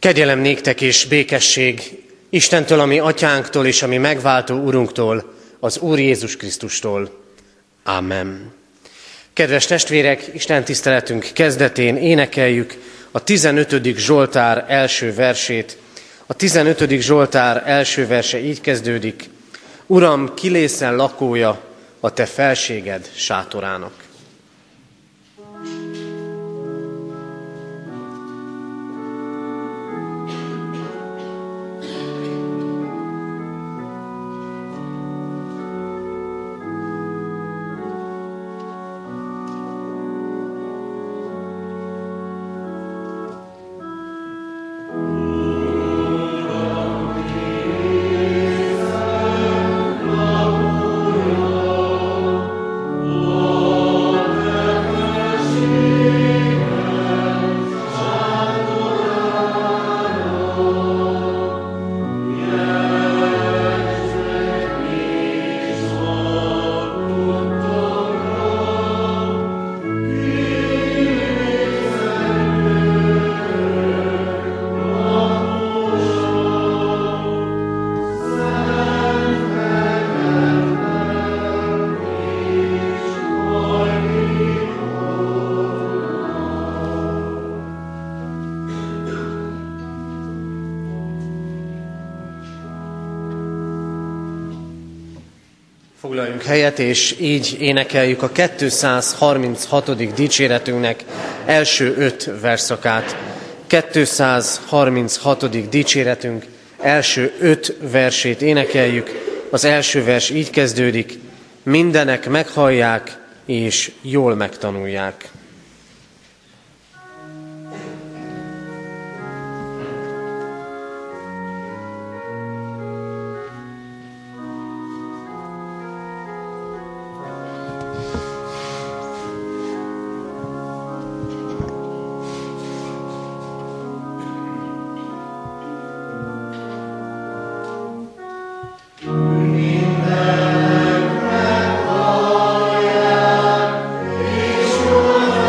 Kegyelem néktek és békesség Istentől, a mi atyánktól és a mi megváltó Urunktól, az Úr Jézus Krisztustól. Amen. Kedves testvérek, Isten tiszteletünk kezdetén énekeljük a 15. Zsoltár első versét. A 15. Zsoltár első verse így kezdődik: Uram, kilészen lakója a te felséged sátorának. Foglaljunk helyet, és így énekeljük a 236. dicséretünknek első 5 versszakát. 236. dicséretünk első 5 versét énekeljük. Az első vers így kezdődik: mindenek meghallják és jól megtanulják. Minden meghallják és jól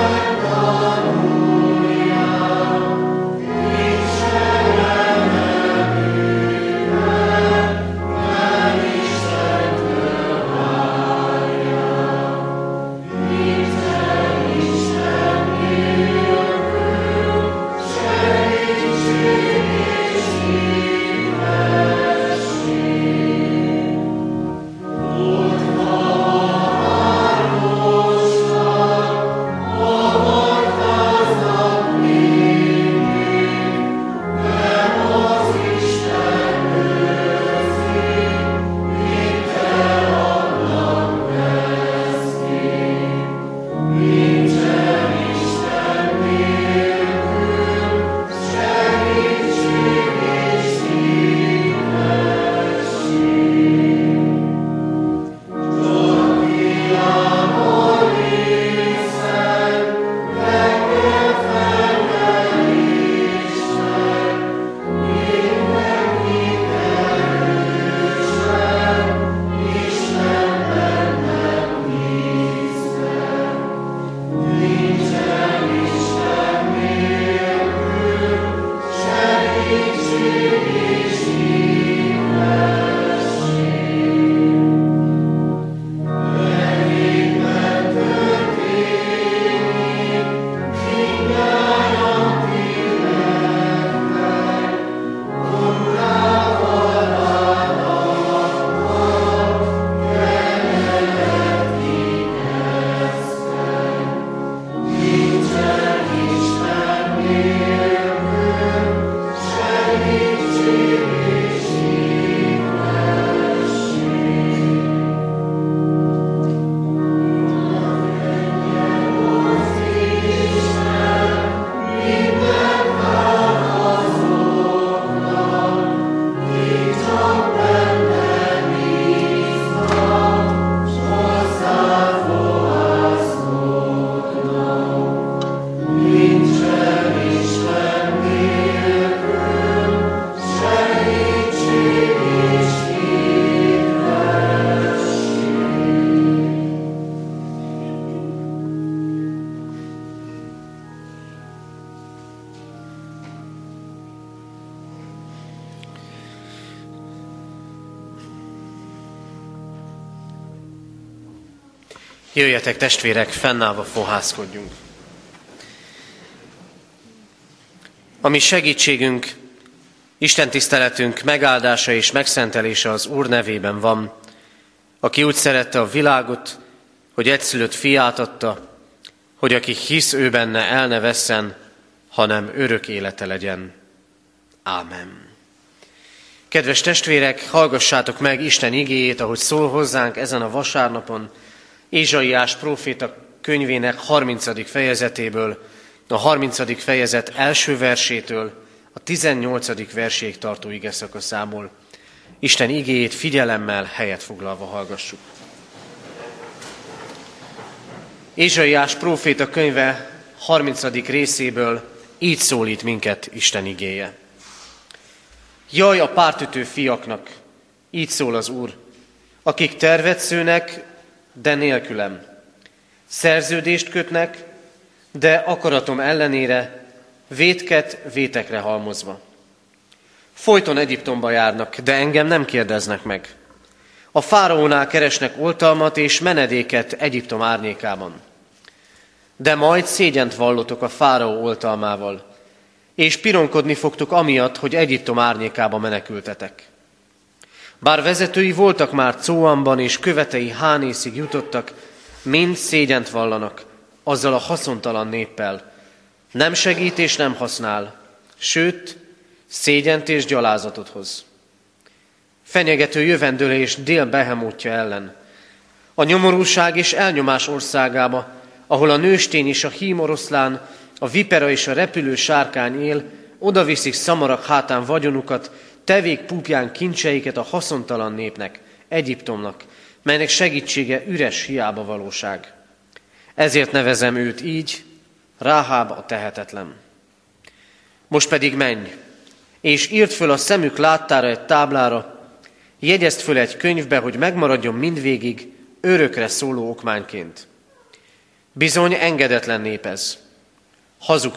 Jöjjetek, testvérek, fennállva fohászkodjunk. A mi segítségünk, Isten tiszteletünk megáldása és megszentelése az Úr nevében van, aki úgy szerette a világot, hogy egyszülött fiát adta, hogy aki hisz ő benne, el ne vesszen, hanem örök élete legyen. Ámen. Kedves testvérek, hallgassátok meg Isten igéjét, ahogy szól hozzánk ezen a vasárnapon, Ézsaiás próféta könyvének 30. fejezetéből, a 30. fejezet első versétől a 18. verséig tartó igeszakaszából. Isten igéjét figyelemmel, helyet foglalva hallgassuk. Ézsaiás próféta könyve 30. részéből így szólít minket Isten igéje. Jaj a pártütő fiaknak, így szól az Úr, akik tervet szőnek, de nélkülem. Szerződést kötnek, de akaratom ellenére, vétket vétekre halmozva. Folyton Egyiptomba járnak, de engem nem kérdeznek meg. A fáraónál keresnek oltalmat és menedéket Egyiptom árnyékában. De majd szégyent vallotok a fáraó oltalmával, és pironkodni fogtok amiatt, hogy Egyiptom árnyékába menekültetek. Bár vezetői voltak már Cóanban, és követei Hánészig jutottak, mind szégyent vallanak, azzal a haszontalan néppel. Nem segít és nem használ, sőt, szégyent és gyalázatot hoz. Fenyegető jövendőlés dél behemótja ellen. A nyomorúság és elnyomás országába, ahol a nőstény és a hímoroszlán, a vipera és a repülő sárkány él, odaviszik szamarak hátán vagyonukat, tevék púpján kincseiket a haszontalan népnek, Egyiptomnak, melynek segítsége üres hiába valóság. Ezért nevezem őt így, Ráháb a tehetetlen. Most pedig menj, és írd föl a szemük láttára egy táblára, jegyezd föl egy könyvbe, hogy megmaradjon mindvégig, örökre szóló okmányként. Bizony engedetlen nép ez, hazug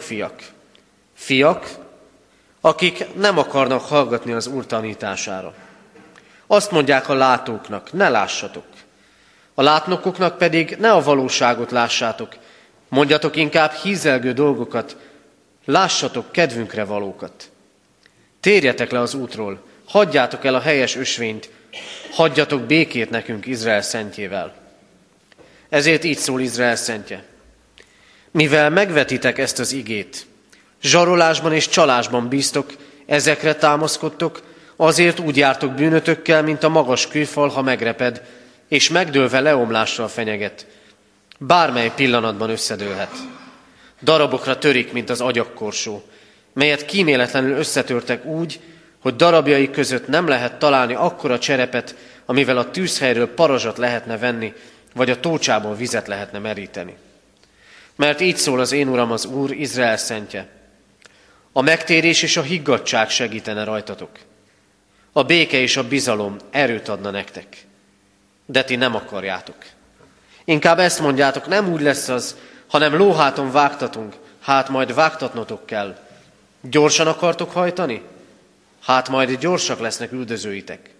fiak, akik nem akarnak hallgatni az Úr tanítására. Azt mondják a látóknak, ne lássatok, a látnokoknak pedig ne a valóságot lássátok, mondjatok inkább hízelgő dolgokat, lássatok kedvünkre valókat. Térjetek le az útról, hagyjátok el a helyes ösvényt, hagyjatok békét nekünk Izrael szentjével. Ezért így szól Izrael szentje. Mivel megvetitek ezt az igét, zsarolásban és csalásban bíztok, ezekre támaszkodtok, azért úgy jártok bűnötökkel, mint a magas kőfal, ha megreped, és megdőlve leomlással fenyeget. Bármely pillanatban összedőlhet. Darabokra törik, mint az agyagkorsó, melyet kíméletlenül összetörtek úgy, hogy darabjai között nem lehet találni akkora cserepet, amivel a tűzhelyről parazsat lehetne venni, vagy a tócsából vizet lehetne meríteni. Mert így szól az én Uram, az Úr, Izrael szentje. A megtérés és a higgadtság segítene rajtatok. A béke és a bizalom erőt adna nektek. De ti nem akarjátok. Inkább ezt mondjátok, nem úgy lesz az, hanem lóháton vágtatunk, hát majd vágtatnotok kell. Gyorsan akartok hajtani? Hát majd gyorsak lesznek üldözőitek.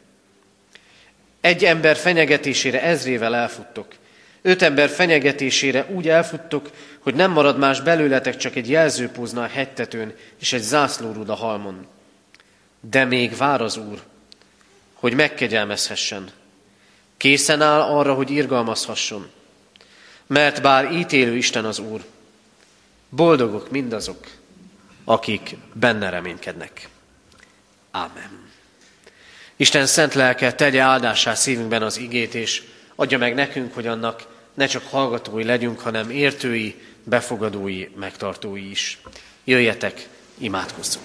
Egy ember fenyegetésére ezrével elfuttok. 5 ember fenyegetésére úgy elfuttok, hogy nem marad más belőletek, csak egy jelzőpózna a hegytetőn és egy zászlórúd a halmon. De még vár az Úr, hogy megkegyelmezhessen. Készen áll arra, hogy irgalmazhasson. Mert bár ítélő Isten az Úr, boldogok mindazok, akik benne reménykednek. Ámen. Isten szent lelke tegye áldássá szívünkben az igét, és adja meg nekünk, hogy annak ne csak hallgatói legyünk, hanem értői, befogadói, megtartói is. Jöjjetek, imádkozzunk!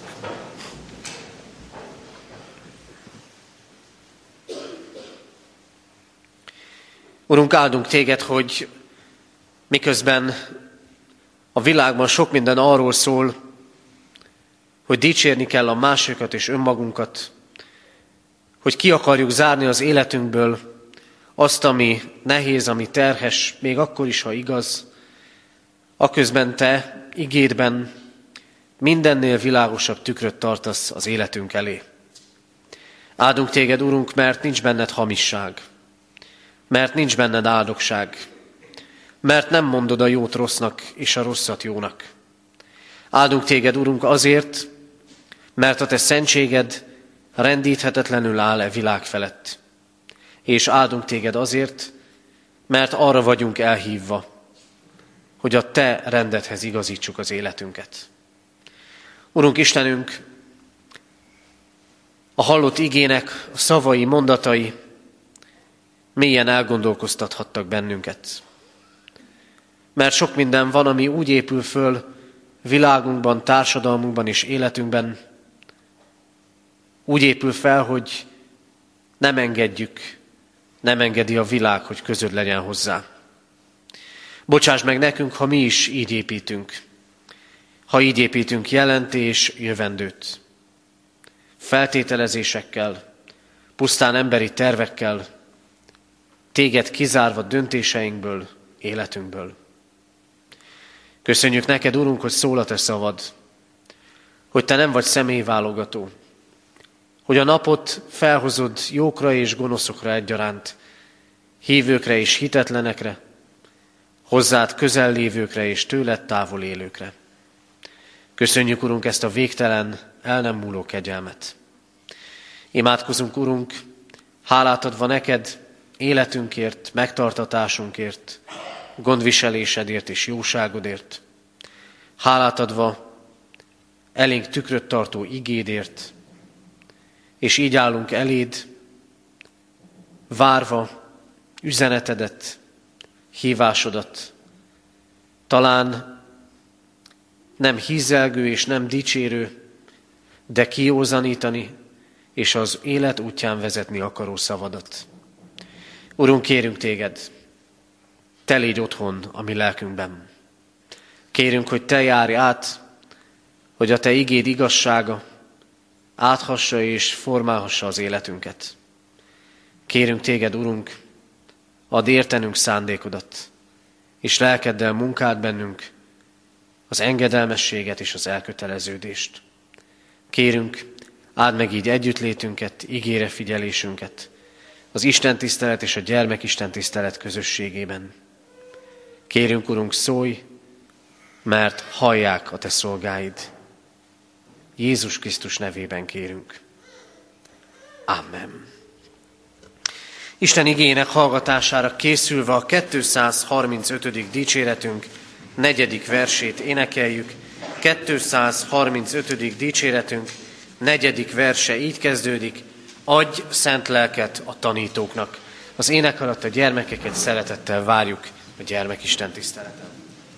Urunk, áldunk téged, hogy miközben a világban sok minden arról szól, hogy dicsérni kell a másikat és önmagunkat, hogy ki akarjuk zárni az életünkből azt, ami nehéz, ami terhes, még akkor is, ha igaz, aközben te igédben mindennél világosabb tükröt tartasz az életünk elé. Áldunk téged, Urunk, mert nincs benned hamisság, mert nincs benned áldogság, mert nem mondod a jót rossznak és a rosszat jónak. Áldunk téged, Urunk, azért, mert a te szentséged rendíthetetlenül áll e világ felett. És áldunk téged azért, mert arra vagyunk elhívva, hogy a te rendedhez igazítsuk az életünket. Urunk Istenünk, a hallott igének a szavai, mondatai mélyen elgondolkoztathattak bennünket. Mert sok minden van, ami úgy épül föl világunkban, társadalmunkban és életünkben, úgy épül fel, hogy nem engedi a világ, hogy közöd legyen hozzá. Bocsáss meg nekünk, ha mi is így építünk. Ha így építünk jelent és jövendőt. Feltételezésekkel, pusztán emberi tervekkel, téged kizárva döntéseinkből, életünkből. Köszönjük neked, Urunk, hogy szól a te szavad, hogy te nem vagy személyválogató, hogy a napot felhozod jókra és gonoszokra egyaránt, hívőkre és hitetlenekre, hozzád közel lévőkre és tőled távol élőkre. Köszönjük, Urunk, ezt a végtelen, el nem múló kegyelmet. Imádkozunk, Urunk, hálát adva neked életünkért, megtartatásunkért, gondviselésedért és jóságodért. Hálát adva elénk tükröt tartó igédért, és így állunk eléd, várva üzenetedet, hívásodat, talán nem hízelgő és nem dicsérő, de kiózanítani és az élet útján vezetni akaró szavadat. Urunk, kérünk téged, te légy otthon a mi lelkünkben. Kérünk, hogy te járj át, hogy a te igéd igazsága áthassa és formálhassa az életünket. Kérünk téged, Urunk, add értenünk szándékodat, és lelkeddel munkáld bennünk az engedelmességet és az elköteleződést. Kérünk, áld meg így együttlétünket, igére figyelésünket, az istentisztelet és a gyermekistentisztelet közösségében. Kérünk, Urunk, szólj, mert hallják a te szolgáid. Jézus Krisztus nevében kérünk. Amen. Isten igének hallgatására készülve a 235. dicséretünk 4. versét énekeljük. 235. dicséretünk 4. verse így kezdődik: adj szent lelket a tanítóknak. Az ének alatt a gyermekeket szeretettel várjuk a gyermekisten tiszteleten.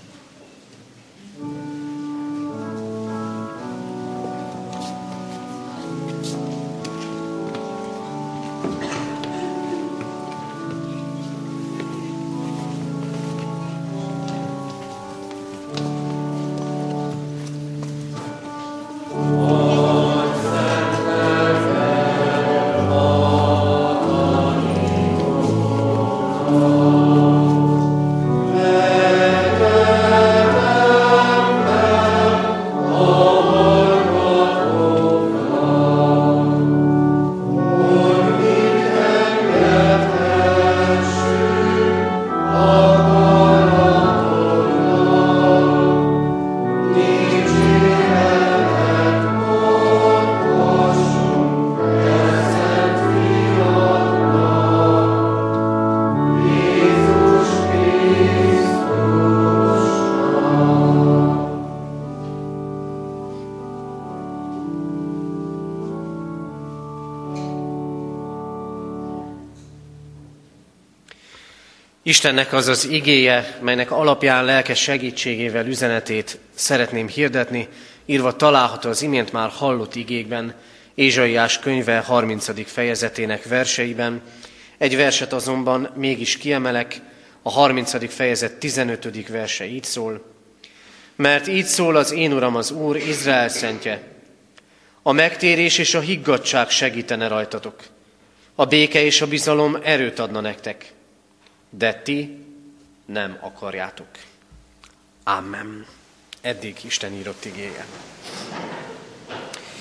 Istennek az az igéje, melynek alapján lelkes segítségével üzenetét szeretném hirdetni, írva található az imént már hallott igékben, Ézsaiás könyve 30. fejezetének verseiben. Egy verset azonban mégis kiemelek, a 30. fejezet 15. verse így szól: mert így szól az én Uram, az Úr, Izrael szentje, a megtérés és a higgadtság segítene rajtatok, a béke és a bizalom erőt adna nektek, de ti nem akarjátok. Amen. Eddig Isten írott igéje.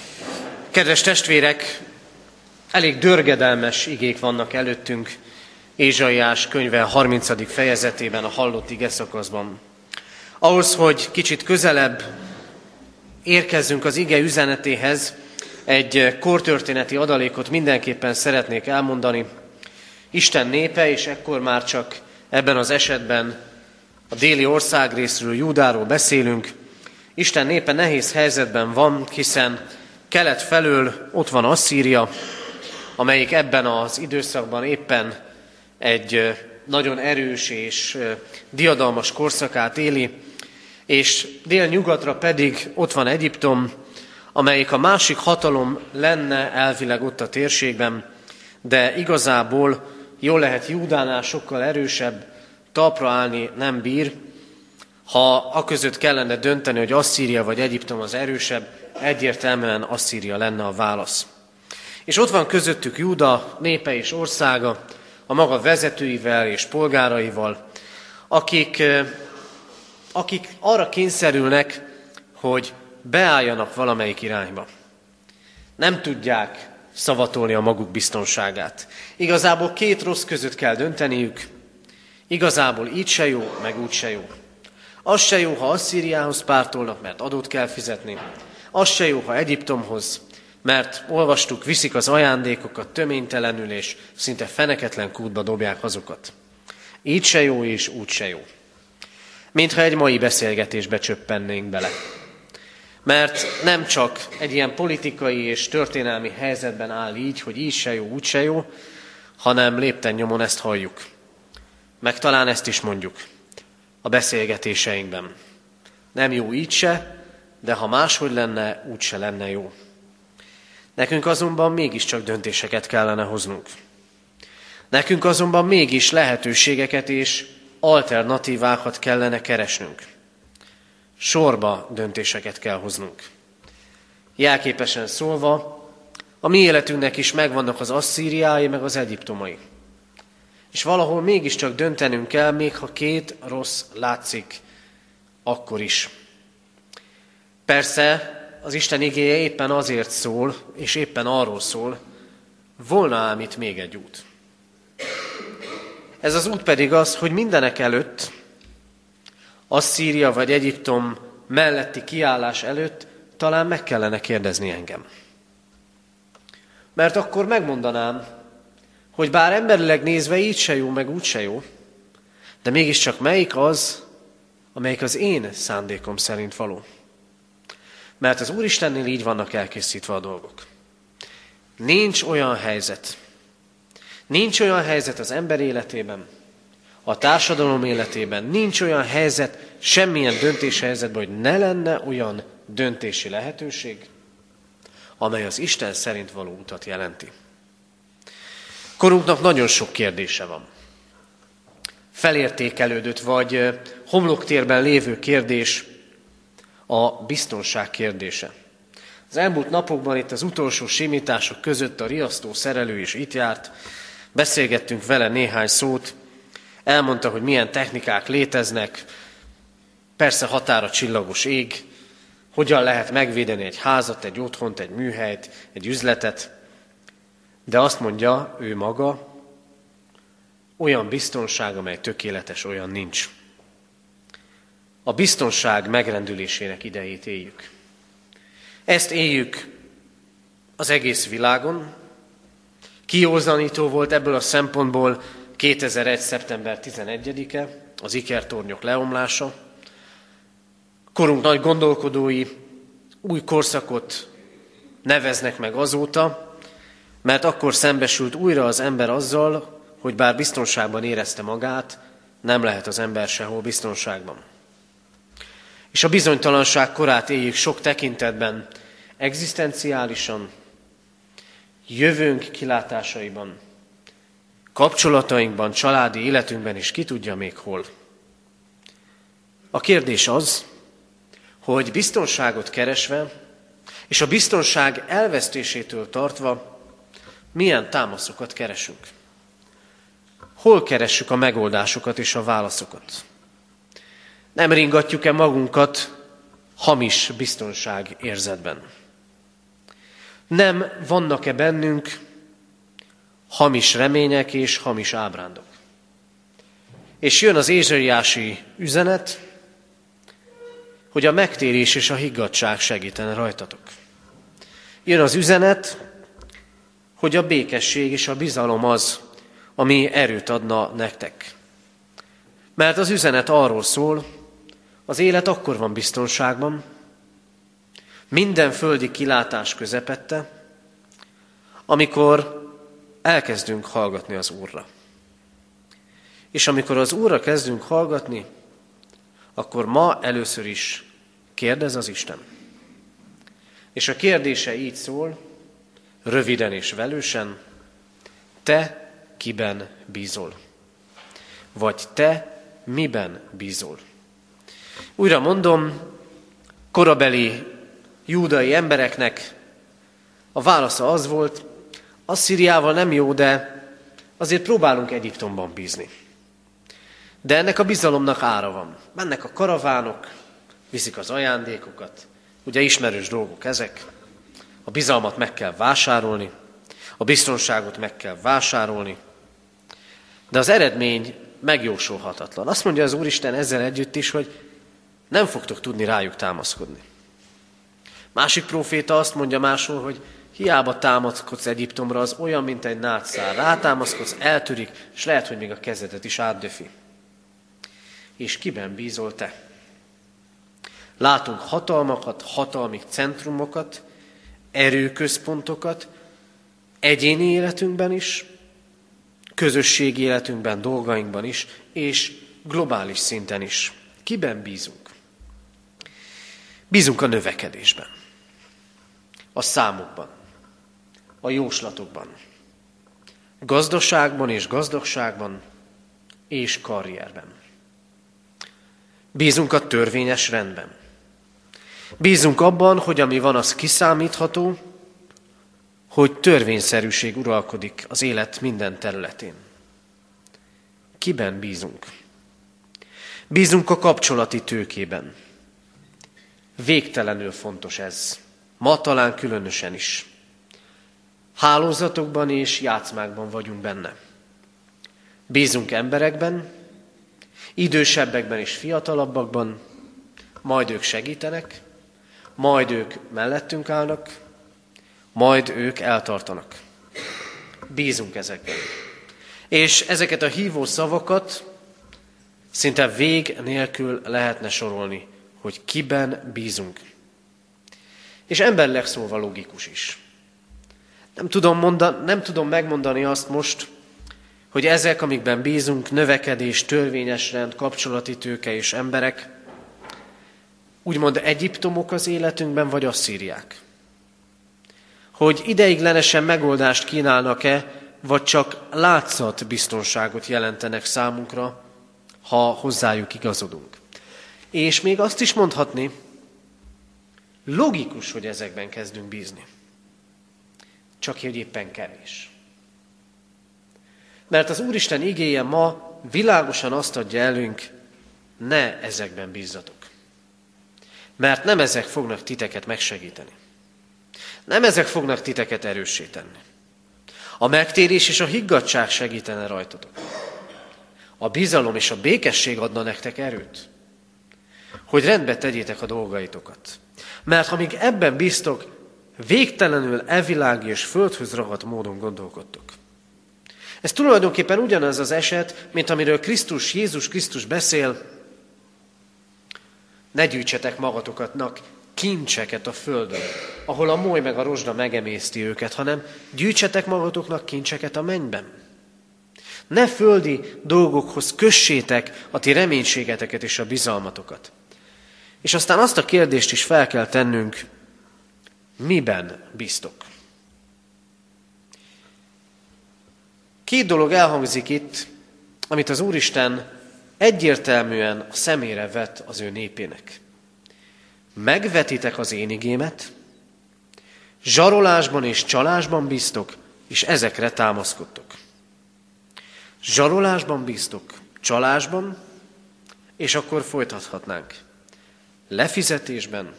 Kedves testvérek, elég dörgedelmes igék vannak előttünk, Ézsaiás könyve 30. fejezetében, a hallott igeszakaszban. Ahhoz, hogy kicsit közelebb érkezzünk az ige üzenetéhez, egy kortörténeti adalékot mindenképpen szeretnék elmondani. Isten népe, és ekkor már csak ebben az esetben a déli országrészről, Júdáról beszélünk. Isten népe nehéz helyzetben van, hiszen kelet felől ott van Asszíria, amelyik ebben az időszakban éppen egy nagyon erős és diadalmas korszakát éli, és délnyugatra pedig ott van Egyiptom, amelyik a másik hatalom lenne elvileg ott a térségben, de igazából jól lehet Júdánál sokkal erősebb, talpra állni nem bír. Ha aközött kellene dönteni, hogy Asszíria vagy Egyiptom az erősebb, egyértelműen Asszíria lenne a válasz. És ott van közöttük Júda népe és országa, a maga vezetőivel és polgáraival, akik arra kényszerülnek, hogy beálljanak valamelyik irányba. Nem tudják szavatolni a maguk biztonságát. Igazából két rossz között kell dönteniük, igazából így se jó, meg úgy se jó. Az se jó, ha Asszíriához pártolnak, mert adót kell fizetni. Az se jó, ha Egyiptomhoz, mert olvastuk, viszik az ajándékokat töménytelenül, és szinte feneketlen kútba dobják azokat. Így se jó, és úgy se jó. Mintha egy mai beszélgetésbe csöppennénk bele. Mert nem csak egy ilyen politikai és történelmi helyzetben áll így, hogy így se jó, úgy se jó, hanem lépten nyomon ezt halljuk. Meg talán ezt is mondjuk a beszélgetéseinkben. Nem jó így se, de ha máshogy lenne, úgy se lenne jó. Nekünk azonban mégiscsak döntéseket kellene hoznunk. Nekünk azonban mégis lehetőségeket és alternatívákat kellene keresnünk. Sorba döntéseket kell hoznunk. Jelképesen szólva, a mi életünknek is megvannak az asszíriái, meg az egyiptomai. És valahol mégiscsak döntenünk kell, még ha két rossz látszik, akkor is. Persze, az Isten igéje éppen azért szól, és éppen arról szól, volna ám itt még egy út. Ez az út pedig az, hogy mindenek előtt, Asszíria vagy Egyiptom melletti kiállás előtt talán meg kellene kérdezni engem. Mert akkor megmondanám, hogy bár emberileg nézve így se jó, meg úgy se jó, de mégiscsak melyik az, amelyik az én szándékom szerint való. Mert az Úristennél így vannak elkészítve a dolgok. Nincs olyan helyzet az ember életében, a társadalom életében, nincs olyan helyzet, semmilyen döntéshelyzetben, hogy ne lenne olyan döntési lehetőség, amely az Isten szerint való utat jelenti. Korunknak nagyon sok kérdése van. Felértékelődött vagy homloktérben lévő kérdés a biztonság kérdése. Az elmúlt napokban itt az utolsó simítások között a riasztó szerelő is itt járt, beszélgettünk vele néhány szót, elmondta, hogy milyen technikák léteznek, persze határa csillagos ég, hogyan lehet megvédeni egy házat, egy otthont, egy műhelyt, egy üzletet, de azt mondja ő maga, olyan biztonság, amely tökéletes, olyan nincs. A biztonság megrendülésének idejét éljük. Ezt éljük az egész világon. Kiózanító volt ebből a szempontból 2001. szeptember 11-e, az ikertornyok leomlása. Korunk nagy gondolkodói új korszakot neveznek meg azóta, mert akkor szembesült újra az ember azzal, hogy bár biztonságban érezte magát, nem lehet az ember sehol biztonságban. És a bizonytalanság korát éljük sok tekintetben, egzisztenciálisan, jövőnk kilátásaiban, kapcsolatainkban, családi életünkben, és ki tudja még hol. A kérdés az, hogy biztonságot keresve, és a biztonság elvesztésétől tartva milyen támaszokat keresünk. Hol keressük a megoldásokat és a válaszokat? Nem ringatjuk-e magunkat hamis biztonság érzetben? Nem vannak-e bennünk hamis remények és hamis ábrándok. És jön az Ézsaiási üzenet, hogy a megtérés és a higgadtság segítene rajtatok. Jön az üzenet, hogy a békesség és a bizalom az, ami erőt adna nektek. Mert az üzenet arról szól, az élet akkor van biztonságban, minden földi kilátás közepette, amikor elkezdünk hallgatni az Úrra. És amikor az Úrra kezdünk hallgatni, akkor ma először is kérdez az Isten. És a kérdése így szól, röviden és velősen, te kiben bízol? Vagy te miben bízol? Újra mondom, korabeli júdai embereknek a válasza az volt, Asszíriával nem jó, de azért próbálunk Egyiptomban bízni. De ennek a bizalomnak ára van. Mennek a karavánok, viszik az ajándékokat, ugye ismerős dolgok ezek. A bizalmat meg kell vásárolni, a biztonságot meg kell vásárolni, de az eredmény megjósolhatatlan. Azt mondja az Úristen ezzel együtt is, hogy nem fogtok tudni rájuk támaszkodni. Másik próféta azt mondja máshol, hogy hiába támaszkodsz Egyiptomra, az olyan, mint egy nátszál. Rátámaszkodsz, eltörik, és lehet, hogy még a kezedet is átdöfi. És kiben bízol te? Látunk hatalmakat, hatalmi centrumokat, erőközpontokat, egyéni életünkben is, közösségi életünkben, dolgainkban is, és globális szinten is. Kiben bízunk? Bízunk a növekedésben, a számokban, a jóslatokban, gazdaságban és gazdagságban és karrierben. Bízunk a törvényes rendben. Bízunk abban, hogy ami van, az kiszámítható, hogy törvényszerűség uralkodik az élet minden területén. Kiben bízunk? Bízunk a kapcsolati tőkében. Végtelenül fontos ez. Ma talán különösen is. Hálózatokban és játszmákban vagyunk benne. Bízunk emberekben, idősebbekben és fiatalabbakban, majd ők segítenek, majd ők mellettünk állnak, majd ők eltartanak. Bízunk ezekben. És ezeket a hívó szavakat szinte vég nélkül lehetne sorolni, hogy kiben bízunk. És emberileg szólva logikus is. Nem tudom megmondani azt most, hogy ezek, amikben bízunk, növekedés, törvényes rend, kapcsolati tőke és emberek, úgymond Egyiptomok az életünkben, vagy Asszíriák. Hogy ideiglenesen megoldást kínálnak-e, vagy csak látszat biztonságot jelentenek számunkra, ha hozzájuk igazodunk. És még azt is mondhatni, logikus, hogy ezekben kezdünk bízni. Csak hogy éppen kevés. Mert az Úristen igéje ma világosan azt adja elünk, ne ezekben bízzatok. Mert nem ezek fognak titeket megsegíteni. Nem ezek fognak titeket erőssé tenni. A megtérés és a higgadtság segítene rajtatok. A bizalom és a békesség adna nektek erőt, hogy rendbe tegyétek a dolgaitokat. Mert ha még ebben bíztok, végtelenül evilági és földhöz ragadt módon gondolkodtok. Ez tulajdonképpen ugyanaz az eset, mint amiről Jézus Krisztus beszél, ne gyűjtsetek magatokatnak kincseket a földön, ahol a moly meg a rozsda megemészti őket, hanem gyűjtsetek magatoknak kincseket a mennyben. Ne földi dolgokhoz kössétek a ti reménységeteket és a bizalmatokat. És aztán azt a kérdést is fel kell tennünk, miben bíztok? Két dolog elhangzik itt, amit az Úristen egyértelműen a szemére vet az ő népének. Megvetitek az én igémet, zsarolásban és csalásban bíztok, és ezekre támaszkodtok. Zsarolásban bíztok, csalásban, és akkor folytathatnánk. Lefizetésben,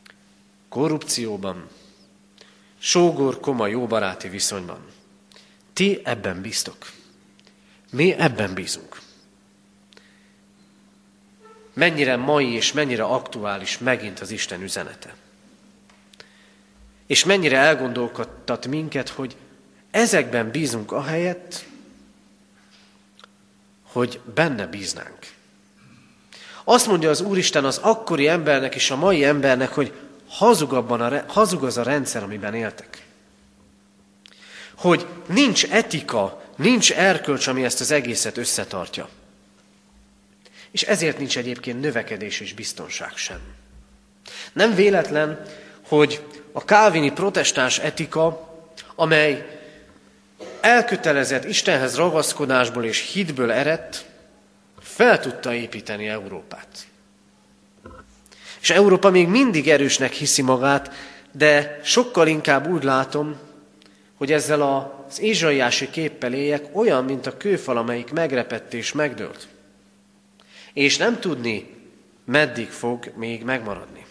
korrupcióban, sógor-koma jóbaráti viszonyban. Ti ebben bíztok. Mi ebben bízunk. Mennyire mai és mennyire aktuális megint az Isten üzenete. És mennyire elgondolkodtat minket, hogy ezekben bízunk ahelyett, hogy benne bíznánk. Azt mondja az Úristen az akkori embernek és a mai embernek, hogy hazug az a rendszer, amiben éltek. Hogy nincs etika, nincs erkölcs, ami ezt az egészet összetartja. És ezért nincs egyébként növekedés és biztonság sem. Nem véletlen, hogy a kálvini protestáns etika, amely elkötelezett Istenhez ragaszkodásból és hitből eredt, fel tudta építeni Európát. És Európa még mindig erősnek hiszi magát, de sokkal inkább úgy látom, hogy ezzel az ézsaiási képpel éljek, olyan, mint a kőfal, amelyik megrepett és megdőlt. És nem tudni, meddig fog még megmaradni.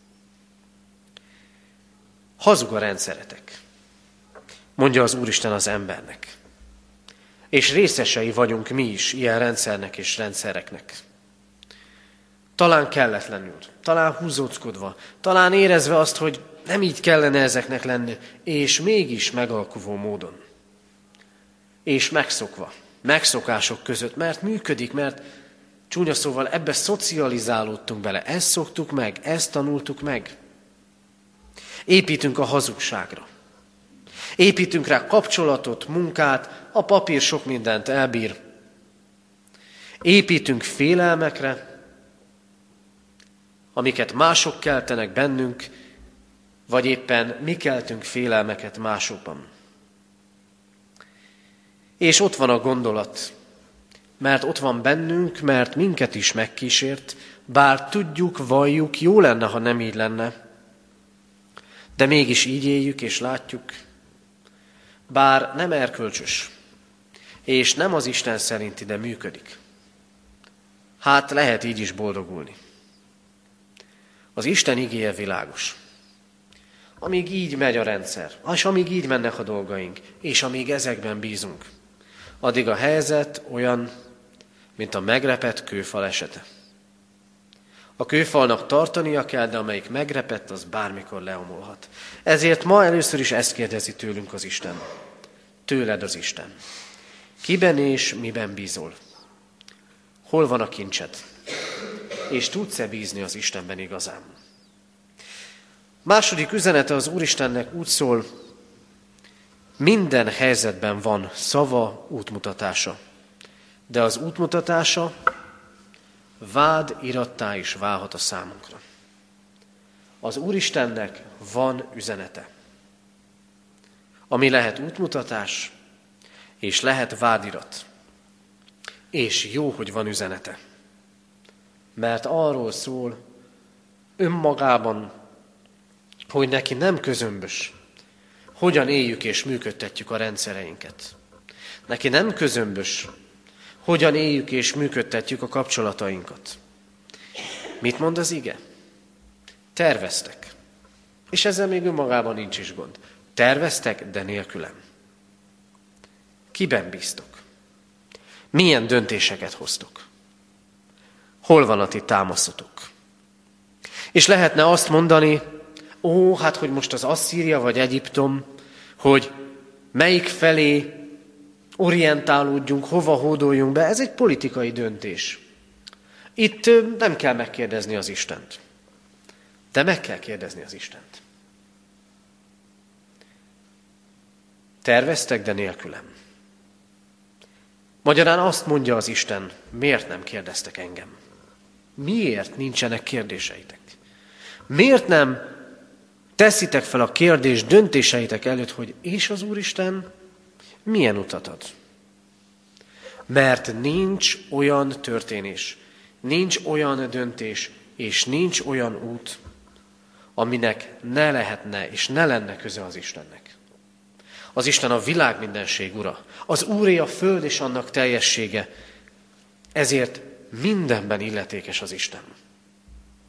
Hazug a rendszeretek, mondja az Úristen az embernek. És részesei vagyunk mi is ilyen rendszernek és rendszereknek. Talán kelletlenül, talán húzóckodva, talán érezve azt, hogy nem így kellene ezeknek lenni, és mégis megalkuvó módon. És megszokva, megszokások között, mert működik, mert csúnya szóval ebbe szocializálódtunk bele, ezt szoktuk meg, ezt tanultuk meg. Építünk a hazugságra. Építünk rá kapcsolatot, munkát, a papír sok mindent elbír. Építünk félelmekre, amiket mások keltenek bennünk, vagy éppen mi keltünk félelmeket másokban. És ott van a gondolat, mert ott van bennünk, mert minket is megkísért, bár tudjuk, valljuk, jó lenne, ha nem így lenne, de mégis így éljük és látjuk, bár nem erkölcsös, és nem az Isten szerinti, de működik. Hát lehet így is boldogulni. Az Isten igéje világos. Amíg így megy a rendszer, és amíg így mennek a dolgaink, és amíg ezekben bízunk, addig a helyzet olyan, mint a megrepett kőfal esete. A kőfalnak tartania kell, de amelyik megrepett, az bármikor leomolhat. Ezért ma először is ezt kérdezi tőlünk az Isten. Tőled az Isten. Kiben és miben bízol? Hol van a kincsed? És tudsz-e bízni az Istenben igazán? Második üzenete az Úristennek úgy szól, minden helyzetben van szava, útmutatása. De az útmutatása vád irattá is válhat a számunkra. Az Úristennek van üzenete, ami lehet útmutatás, és lehet vádirat. És jó, hogy van üzenete. Mert arról szól önmagában, hogy neki nem közömbös, hogyan éljük és működtetjük a rendszereinket. Neki nem közömbös, hogyan éljük és működtetjük a kapcsolatainkat. Mit mond az ige? Terveztek. És ezzel még önmagában nincs is gond. Terveztek, de nélkülem. Kiben bíztok? Milyen döntéseket hoztok? Hol van a ti támaszotok? És lehetne azt mondani, hát hogy most az Asszíria vagy Egyiptom, hogy melyik felé orientálódjunk, hova hódoljunk be, ez egy politikai döntés. Itt nem kell megkérdezni az Istent. De meg kell kérdezni az Istent. Terveztek, de nélkülem. Magyarán azt mondja az Isten, miért nem kérdeztek engem? Miért nincsenek kérdéseitek? Miért nem teszitek fel a kérdést döntéseitek előtt, hogy és az Úristen milyen utat ad? Mert nincs olyan történés, nincs olyan döntés, és nincs olyan út, aminek ne lehetne és ne lenne köze az Istennek. Az Isten a világ mindenség ura, az Úré a föld és annak teljessége, ezért mindenben illetékes az Isten.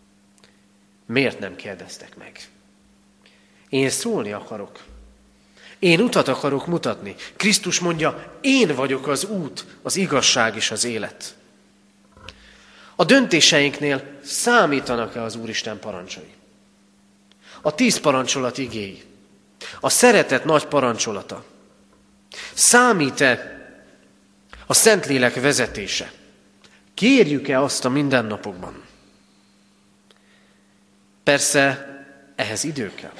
Miért nem kérdeztek meg? Én szólni akarok. Én utat akarok mutatni. Krisztus mondja, én vagyok az út, az igazság és az élet. A döntéseinknél számítanak-e az Úristen parancsai? A 10 parancsolat igéi, a szeretet nagy parancsolata. Számít-e a Szentlélek vezetése? Kérjük-e azt a mindennapokban? Persze ehhez idő kell.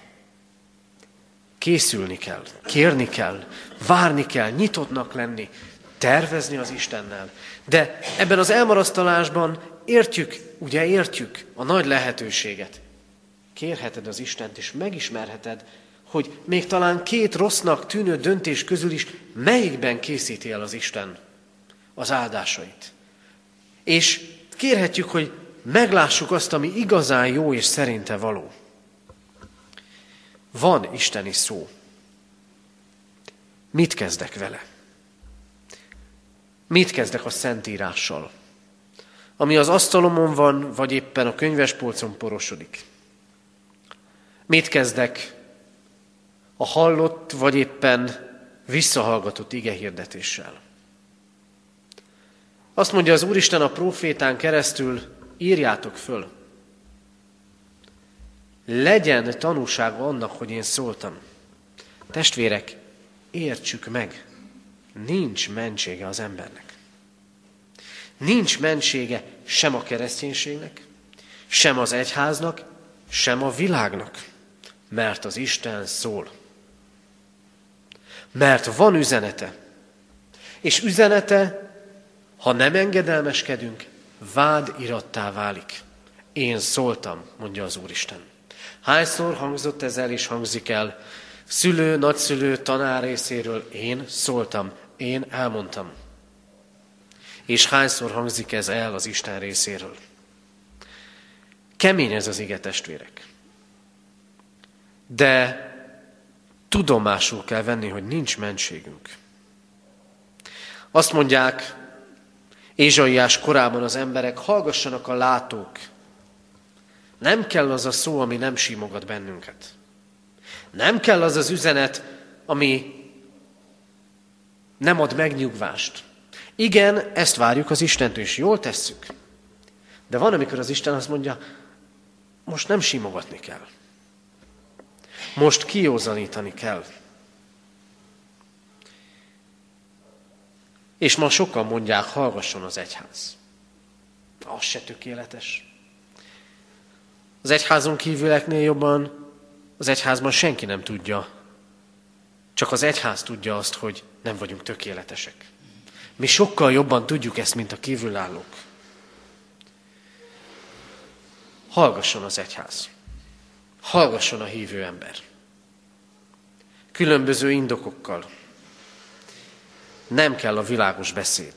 Készülni kell, kérni kell, várni kell, nyitottnak lenni, tervezni az Istennel. De ebben az elmarasztalásban értjük a nagy lehetőséget. Kérheted az Istent, és megismerheted, hogy még talán 2 rossznak tűnő döntés közül is melyikben készíti el az Isten az áldásait. És kérhetjük, hogy meglássuk azt, ami igazán jó és szerinte való. Van isteni szó. Mit kezdek vele? Mit kezdek a Szentírással, ami az asztalomon van, vagy éppen a könyvespolcon porosodik? Mit kezdek a hallott, vagy éppen visszahallgatott igehirdetéssel? Azt mondja az Úristen a prófétán keresztül, írjátok föl. Legyen tanúsága annak, hogy én szóltam. Testvérek, értsük meg, nincs mentsége az embernek. Nincs mentsége sem a kereszténységnek, sem az egyháznak, sem a világnak, mert az Isten szól. Mert van üzenete, és üzenete, ha nem engedelmeskedünk, vádirattá válik. Én szóltam, mondja az Úristen. Hányszor hangzott ez el és hangzik el? Szülő, nagyszülő, tanár részéről én szóltam, én elmondtam. És hányszor hangzik ez el az Isten részéről? Kemény ez az ige, testvérek. De tudomásul kell venni, hogy nincs mentségünk. Azt mondják Ézsaiás korában az emberek, hallgassanak a látók. Nem kell az a szó, ami nem simogat bennünket. Nem kell az az üzenet, ami nem ad megnyugvást. Igen, ezt várjuk az Istentől, és jól tesszük. De van, amikor az Isten azt mondja, most nem simogatni kell. Most kiózanítani kell. És ma sokan mondják, hallgasson az egyház. Az se tökéletes. Az egyházon kívüleknél jobban, az egyházban senki nem tudja. Csak az egyház tudja azt, hogy nem vagyunk tökéletesek. Mi sokkal jobban tudjuk ezt, mint a kívülállók. Hallgasson az egyház. Hallgasson a hívő ember. Különböző indokokkal. Nem kell a világos beszéd.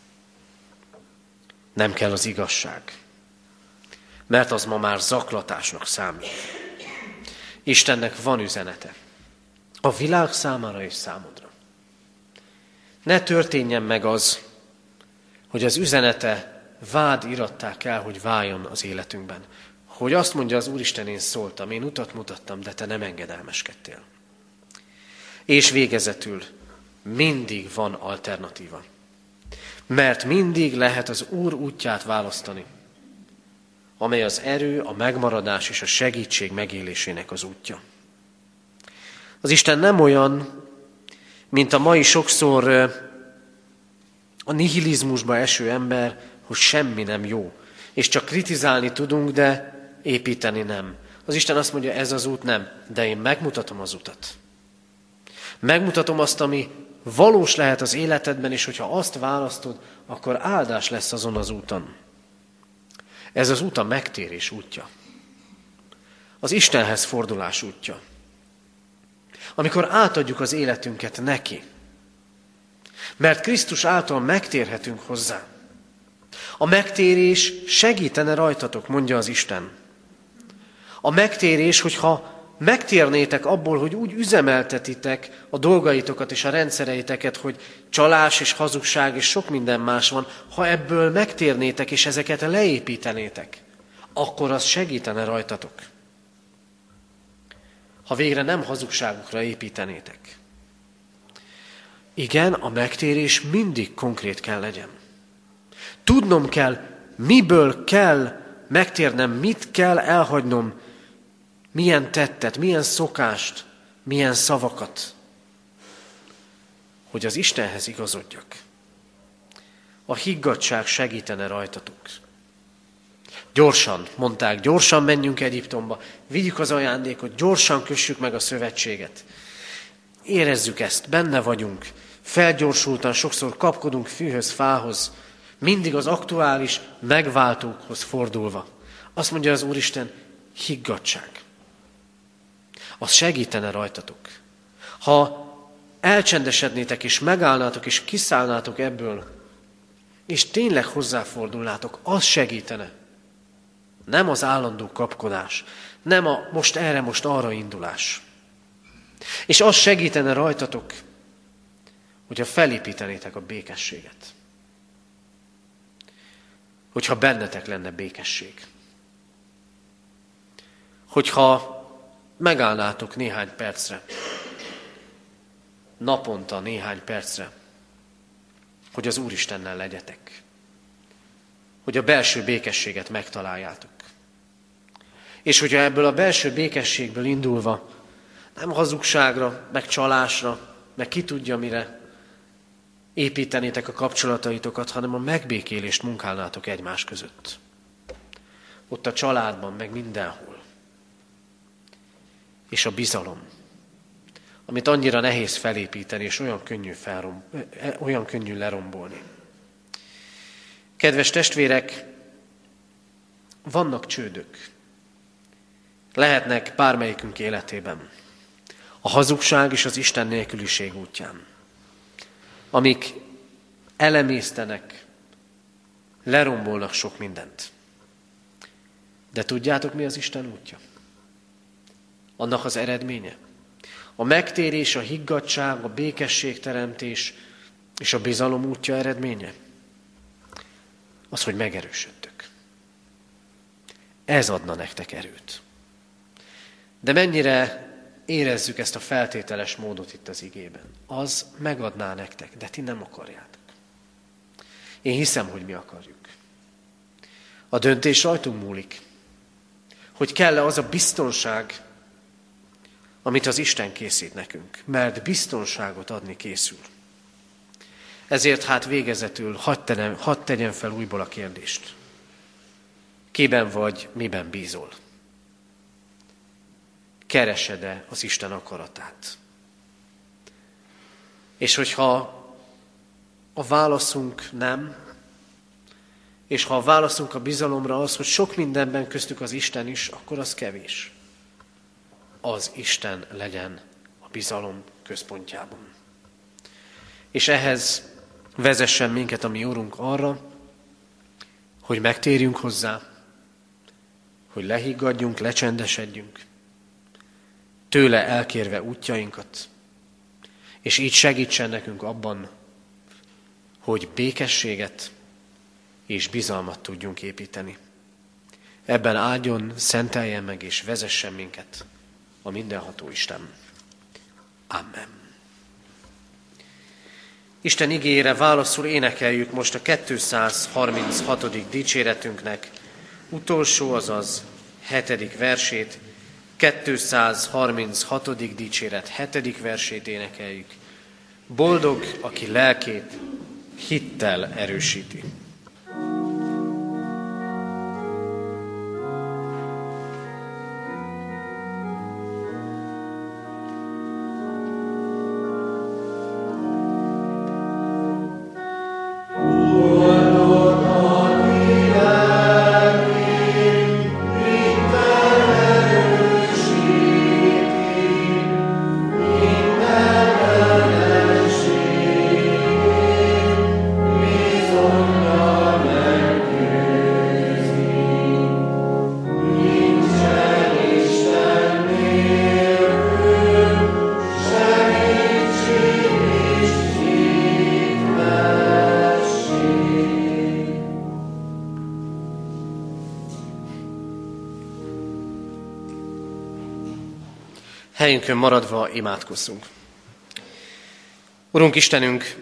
Nem kell az igazság. Mert az ma már zaklatásnak számít. Istennek van üzenete. A világ számára és számodra. Ne történjen meg az, hogy az üzenete vádirattá kell, hogy váljon az életünkben. Hogy azt mondja az Úristen, én szóltam, én utat mutattam, de te nem engedelmeskedtél. És végezetül mindig van alternatíva. Mert mindig lehet az Úr útját választani, amely az erő, a megmaradás és a segítség megélésének az útja. Az Isten nem olyan, mint a mai sokszor a nihilizmusba eső ember, hogy semmi nem jó, és csak kritizálni tudunk, de építeni nem. Az Isten azt mondja, ez az út nem, de én megmutatom az utat. Megmutatom azt, ami valós lehet az életedben, és hogyha azt választod, akkor áldás lesz azon az úton. Ez az út a megtérés útja. Az Istenhez fordulás útja. Amikor átadjuk az életünket neki. Mert Krisztus által megtérhetünk hozzá. A megtérés segítene rajtatok, mondja az Isten. A megtérés, hogyha megtérnétek abból, hogy úgy üzemeltetitek a dolgaitokat és a rendszereiteket, hogy csalás és hazugság és sok minden más van, ha ebből megtérnétek és ezeket leépítenétek, akkor az segítene rajtatok. ha végre nem hazugságokra építenétek. Igen, a megtérés mindig konkrét kell legyen. Tudnom kell, miből kell megtérnem, mit kell elhagynom, milyen tettet, milyen szokást, milyen szavakat, hogy az Istenhez igazodjak. A higgadtság segítene rajtatok. Gyorsan, mondták, gyorsan menjünk Egyiptomba, vigyük az ajándékot, gyorsan kössük meg a szövetséget. Érezzük ezt, benne vagyunk, felgyorsultan sokszor kapkodunk fűhöz, fához, mindig az aktuális megváltókhoz fordulva. Azt mondja az Úristen, higgadtság. Az segítene rajtatok. Ha elcsendesednétek és megállnátok és kiszállnátok ebből, és tényleg hozzáfordulnátok, az segítene. Nem az állandó kapkodás, nem a most erre, most arra indulás. És az segítene rajtatok, hogyha felépítenétek a békességet. Hogyha bennetek lenne békesség. Hogyha megállnátok néhány percre, naponta néhány percre, hogy az Úristennel legyetek. Hogy a belső békességet megtaláljátok. És hogyha ebből a belső békességből indulva nem hazugságra, meg csalásra, meg ki tudja mire építenétek a kapcsolataitokat, hanem a megbékélést munkálnátok egymás között. Ott a családban, meg mindenhol. És a bizalom, amit annyira nehéz felépíteni, és olyan könnyű lerombolni. Kedves testvérek, vannak csődök. Lehetnek bármelyikünk életében. A hazugság és az Isten nélküliség útján. Amik elemésztenek, lerombolnak sok mindent. De tudjátok, mi az Isten útja? Annak az eredménye? A megtérés, a higgadtság, a békességteremtés és a bizalom útja eredménye? Az, hogy megerősödtök. Ez adna nektek erőt. De mennyire érezzük ezt a feltételes módot itt az igében? Az megadná nektek, de ti nem akarjátok. Én hiszem, hogy mi akarjuk. A döntés rajtunk múlik. Hogy kell-e az a biztonság, amit az Isten készít nekünk, mert biztonságot adni készül. Ezért hát végezetül hadd tegyen fel újból a kérdést. Kiben vagy, miben bízol? Keresed-e az Isten akaratát? És hogyha a válaszunk nem, és ha a válaszunk a bizalomra az, hogy sok mindenben köztük az Isten is, akkor az kevés. Az Isten legyen a bizalom központjában. És ehhez vezessen minket a mi Urunk arra, hogy megtérjünk hozzá, hogy lehiggadjunk, lecsendesedjünk, tőle elkérve útjainkat, és így segítsen nekünk abban, hogy békességet és bizalmat tudjunk építeni. Ebben áldjon, szenteljen meg és vezessen minket a mindenható Isten. Amen. Isten igéjére válaszul énekeljük most a 236. dicséretünknek utolsó, azaz 7. versét, 236. dicséret 7. versét énekeljük. Boldog, aki lelkét hittel erősíti. Oh Helyünkön maradva imádkozzunk. Urunk Istenünk,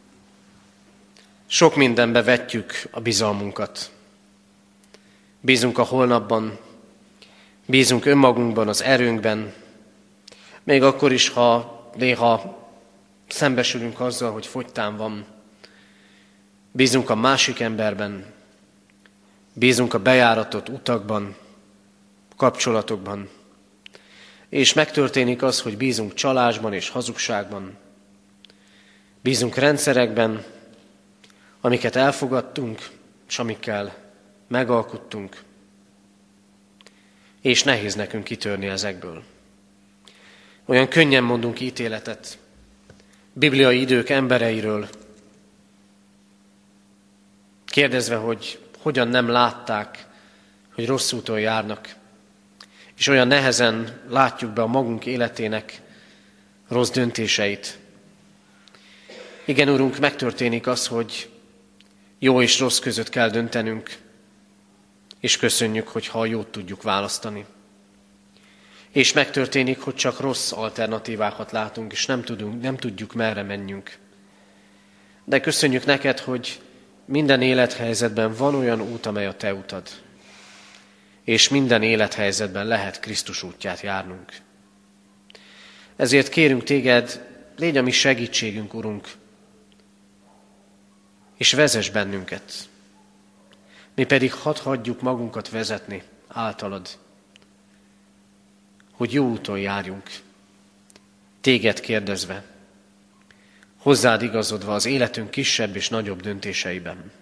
sok mindenbe vetjük a bizalmunkat. Bízunk a holnapban, bízunk önmagunkban, az erőnkben, még akkor is, ha néha szembesülünk azzal, hogy fogytán van. Bízunk a másik emberben, bízunk a bejáratott utakban, kapcsolatokban, és megtörténik az, hogy bízunk csalásban és hazugságban. Bízunk rendszerekben, amiket elfogadtunk, és amikkel megalkuttunk, és nehéz nekünk kitörni ezekből. Olyan könnyen mondunk ítéletet bibliai idők embereiről, kérdezve, hogy hogyan nem látták, hogy rossz úton járnak, és olyan nehezen látjuk be a magunk életének rossz döntéseit. Igen, Urunk, megtörténik az, hogy jó és rossz között kell döntenünk, és köszönjük, hogyha a jót tudjuk választani. És megtörténik, hogy csak rossz alternatívákat látunk, és nem tudjuk, merre menjünk. De köszönjük neked, hogy minden élethelyzetben van olyan út, amely a te utad. És minden élethelyzetben lehet Krisztus útját járnunk. Ezért kérünk téged, légy a mi segítségünk, Urunk, és vezess bennünket. Mi pedig hadd hagyjuk magunkat vezetni általad, hogy jó úton járjunk, téged kérdezve, hozzád igazodva az életünk kisebb és nagyobb döntéseiben.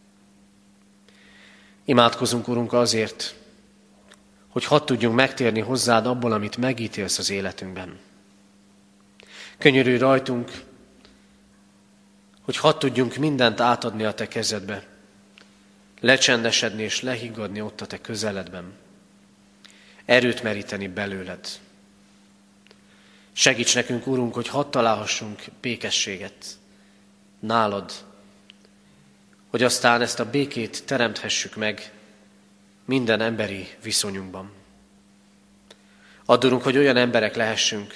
Imádkozunk, Urunk, azért, hogy hadd tudjunk megtérni hozzád abból, amit megítélsz az életünkben. Könyörülj rajtunk, hogy hadd tudjunk mindent átadni a te kezedbe, lecsendesedni és lehiggadni ott a te közeledben, erőt meríteni belőled. Segíts nekünk, Urunk, hogy hadd találhassunk békességet nálad, hogy aztán ezt a békét teremthessük meg minden emberi viszonyunkban. Add, Urunk, hogy olyan emberek lehessünk,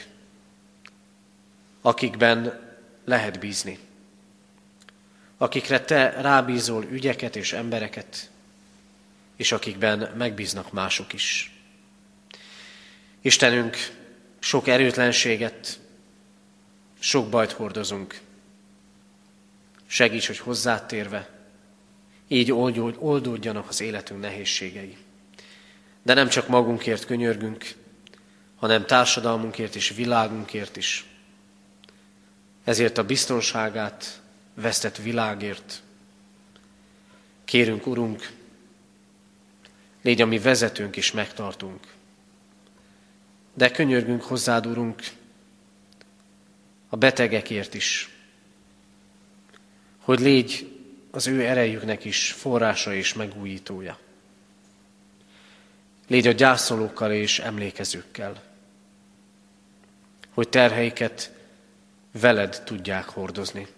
akikben lehet bízni, akikre te rábízol ügyeket és embereket, és akikben megbíznak mások is. Istenünk, sok erőtlenséget, sok bajt hordozunk. Segíts, hogy hozzád térve, így oldódjanak az életünk nehézségei. De nem csak magunkért könyörgünk, hanem társadalmunkért és világunkért is. Ezért a biztonságát vesztett világért kérünk, Urunk, légy a mi vezetőnk és megtartunk. De könyörgünk hozzád, Urunk, a betegekért is, hogy légy az ő erejüknek is forrása és megújítója. Légy a gyászolókkal és emlékezőkkel, hogy terheiket veled tudják hordozni.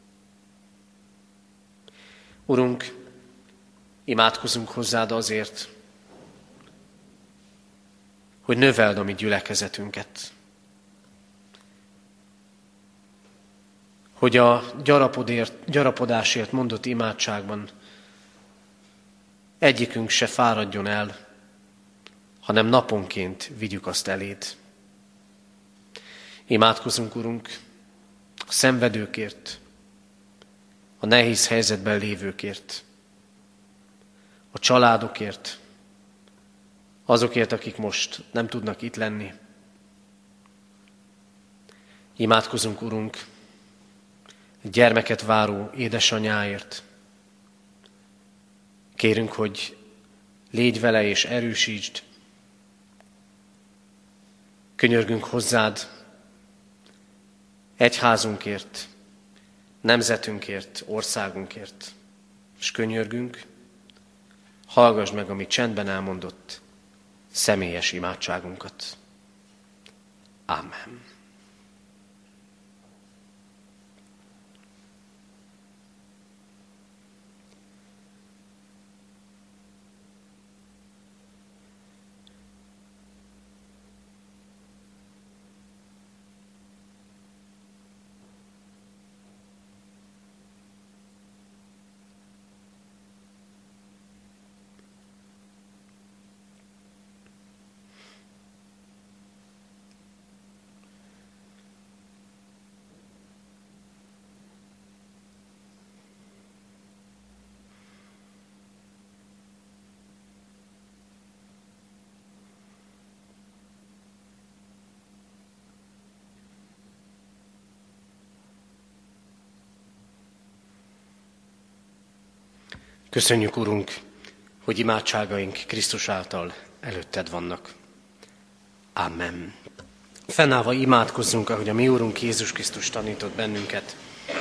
Urunk, imádkozunk hozzád azért, hogy növeld a mi gyülekezetünket. Hogy a gyarapodásért mondott imádságban egyikünk se fáradjon el, hanem naponként vigyük azt eléd. Imádkozunk, Urunk, a szenvedőkért, a nehéz helyzetben lévőkért, a családokért, azokért, akik most nem tudnak itt lenni. Imádkozunk, Urunk, gyermeket váró édesanyáért. Kérünk, hogy légy vele és erősítsd. Könyörgünk hozzád egyházunkért, nemzetünkért, országunkért. És könyörgünk, hallgass meg a mi csendben elmondott személyes imádságunkat. Ámen. Köszönjük, Urunk, hogy imádságaink Krisztus által előtted vannak. Amen. Fennállva imádkozzunk, ahogy a mi Úrunk Jézus Krisztus tanított bennünket.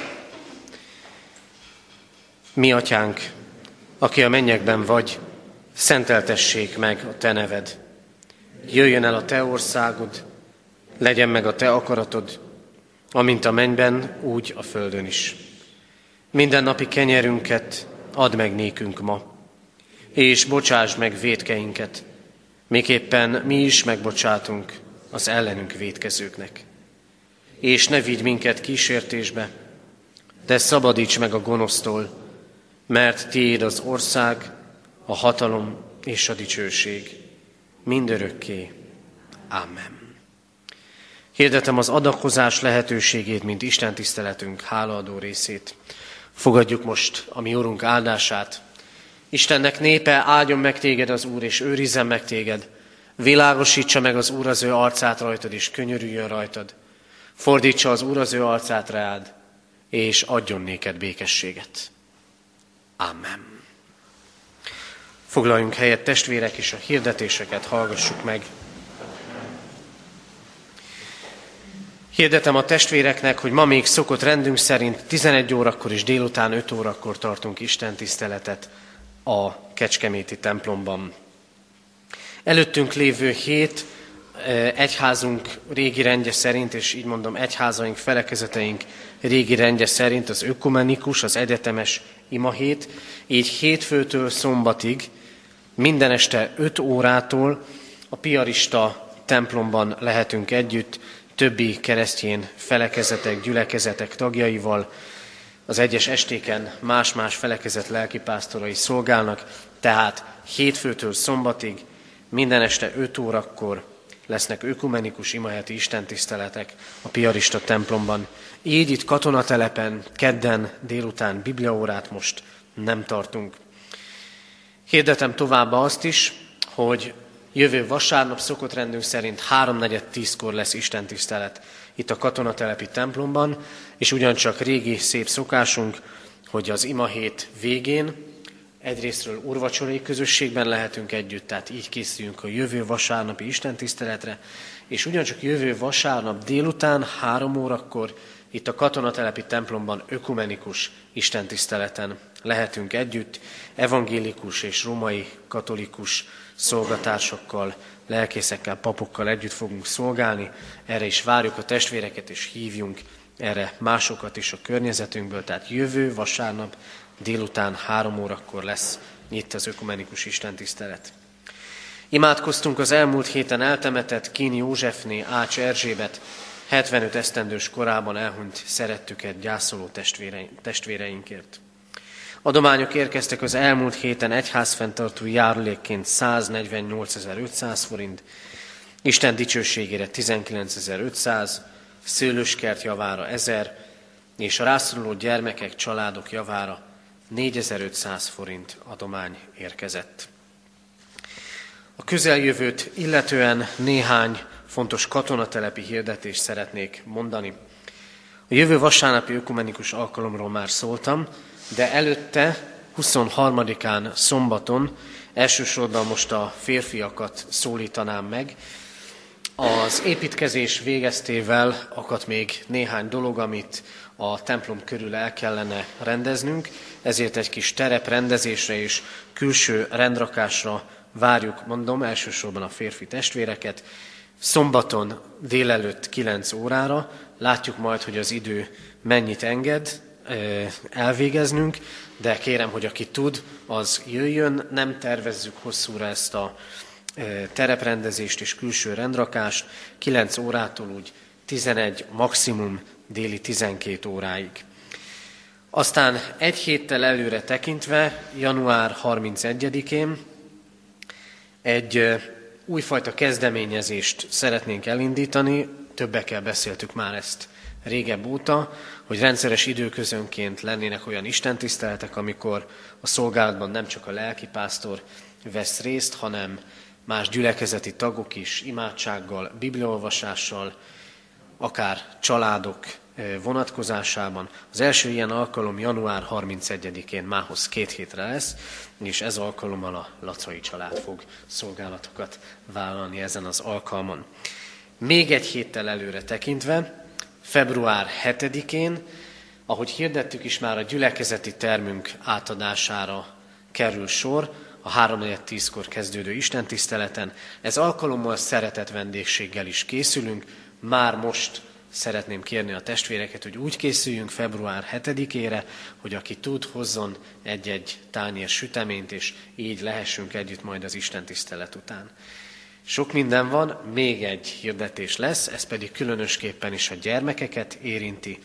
Mi Atyánk, aki a mennyekben vagy, szenteltessék meg a Te neved. Jöjjön el a Te országod, legyen meg a Te akaratod, amint a mennyben, úgy a földön is. Mindennapi kenyerünket add meg nékünk ma, és bocsásd meg vétkeinket, miképpen mi is megbocsátunk az ellenünk vétkezőknek. És ne vigy minket kísértésbe, de szabadíts meg a gonosztól, mert tiéd az ország, a hatalom és a dicsőség mindörökké. Amen. Hirdetem az adakozás lehetőségét, mint Isten tiszteletünk hálaadó részét. Fogadjuk most a mi Urunk áldását. Istennek népe, áldjon meg téged az Úr, és őrizzen meg téged. Világosítsa meg az Úr az ő arcát rajtad, és könyörüljön rajtad. Fordítsa az Úr az ő arcát rád, és adjon néked békességet. Amen. Foglaljunk helyet, testvérek, és a hirdetéseket hallgassuk meg. Hirdetem a testvéreknek, hogy ma még szokott rendünk szerint 11 órakor és délután 5 órakor tartunk istentiszteletet a kecskeméti templomban. Előttünk lévő hét egyházunk régi rendje szerint, és így mondom, egyházaink, felekezeteink régi rendje szerint az ökumenikus, az egyetemes imahét, így hétfőtől szombatig, minden este 5 órától a piarista templomban lehetünk együtt, többi keresztény felekezetek, gyülekezetek tagjaival. Az egyes estéken más-más felekezet lelkipásztorai szolgálnak, tehát hétfőtől szombatig, minden este 5 órakor lesznek ökumenikus imaheti istentiszteletek a piarista templomban. Így itt katonatelepen, kedden délután bibliaórát most nem tartunk. Hirdetem továbbá azt is, hogy jövő vasárnap szokott rendünk szerint 3:45-kor lesz istentisztelet itt a katonatelepi templomban, és ugyancsak régi szép szokásunk, hogy az imahét végén egyrésztről úrvacsorai közösségben lehetünk együtt, tehát így készüljünk a jövő vasárnapi istentiszteletre, és ugyancsak jövő vasárnap délután 3 órakor itt a katonatelepi templomban ökumenikus istentiszteleten lehetünk együtt, evangélikus és római katolikus szolgatársakkal, lelkészekkel, papokkal együtt fogunk szolgálni. Erre is várjuk a testvéreket, és hívjunk erre másokat is a környezetünkből. Tehát jövő vasárnap délután 3 órakor lesz itt az ökumenikus istentisztelet. Imádkoztunk az elmúlt héten eltemetett Kíni Józsefné Ács Erzsébet 75 esztendős korában elhunyt szerettüket gyászoló testvéreinkért. Adományok érkeztek az elmúlt héten egyházfenntartói járulékként 148.500 forint, Isten dicsőségére 19.500, szőlőskert javára 1000, és a rászoruló gyermekek, családok javára 4.500 forint adomány érkezett. A közeljövőt illetően néhány fontos katonatelepi hirdetést szeretnék mondani. A jövő vasárnapi ökumenikus alkalomról már szóltam, de előtte 23-án szombaton elsősorban most a férfiakat szólítanám meg. Az építkezés végeztével akadt még néhány dolog, amit a templom körül el kellene rendeznünk, ezért egy kis tereprendezésre és külső rendrakásra várjuk, mondom, elsősorban a férfi testvéreket. Szombaton délelőtt 9 órára, látjuk majd, hogy az idő mennyit enged elvégeznünk, de kérem, hogy aki tud, az jöjjön, nem tervezzük hosszúra ezt a tereprendezést és külső rendrakást, 9 órától úgy 11, maximum déli 12 óráig. Aztán egy héttel előre tekintve, január 31-én egy újfajta kezdeményezést szeretnénk elindítani, többekkel beszéltük már ezt régebb óta, hogy rendszeres időközönként lennének olyan istentiszteletek, amikor a szolgálatban nem csak a lelkipásztor vesz részt, hanem más gyülekezeti tagok is imádsággal, bibliaolvasással, akár családok vonatkozásában. Az első ilyen alkalom január 31-én, mához 2 hétre lesz, és ez alkalommal a Lacai család fog szolgálatokat vállalni ezen az alkalmon. Még egy héttel előre tekintve, február 7-én, ahogy hirdettük is, már a gyülekezeti termünk átadására kerül sor, a 3:10-kor kezdődő istentiszteleten. Ez alkalommal szeretett vendégséggel is készülünk. Már most szeretném kérni a testvéreket, hogy úgy készüljünk február 7-ére, hogy aki tud, hozzon egy-egy tányér süteményt, és így lehessünk együtt majd az istentisztelet után. Sok minden van, még egy hirdetés lesz, ez pedig különösképpen is a gyermekeket érinti.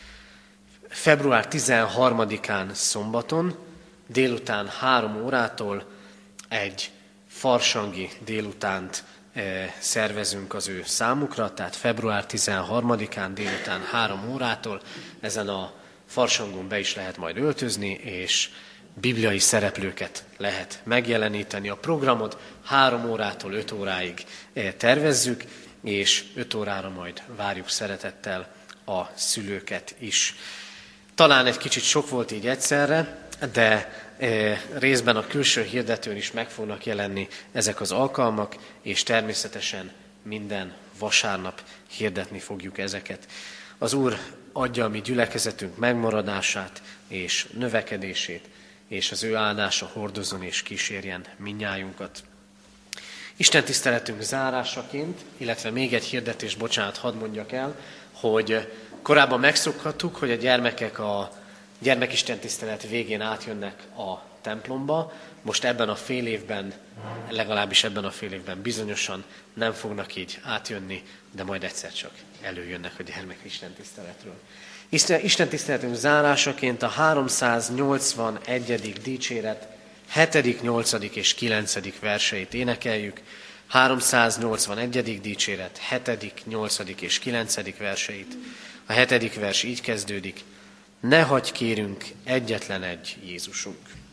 Február 13-án szombaton, délután 3 órától egy farsangi délutánt szervezünk az ő számukra, tehát február 13-án délután 3 órától ezen a farsangon be is lehet majd öltözni, és bibliai szereplőket lehet megjeleníteni. A programot 3 órától 5 óráig tervezzük, és 5 órára majd várjuk szeretettel a szülőket is. Talán egy kicsit sok volt így egyszerre, de részben a külső hirdetőn is meg fognak jelenni ezek az alkalmak, és természetesen minden vasárnap hirdetni fogjuk ezeket. Az Úr adja a mi gyülekezetünk megmaradását és növekedését, és az ő áldása hordozzon és kísérjen mindnyájunkat. Isten tiszteletünk zárásaként, illetve még egy hirdetés, bocsánat, hadd mondjak el, hogy korábban megszokhattuk, hogy a gyermekek a gyermekisten tisztelet végén átjönnek a templomba. Most ebben a fél évben, legalábbis ebben a fél évben bizonyosan nem fognak így átjönni, de majd egyszer csak előjönnek a gyermekisten tiszteletről. Isten tiszteletünk zárásaként a 381. dicséret 7., 8. és 9. verseit énekeljük. 381. dicséret 7., 8. és 9. verseit. A 7. vers így kezdődik: ne hagyj, kérünk, egyetlen egy Jézusunk.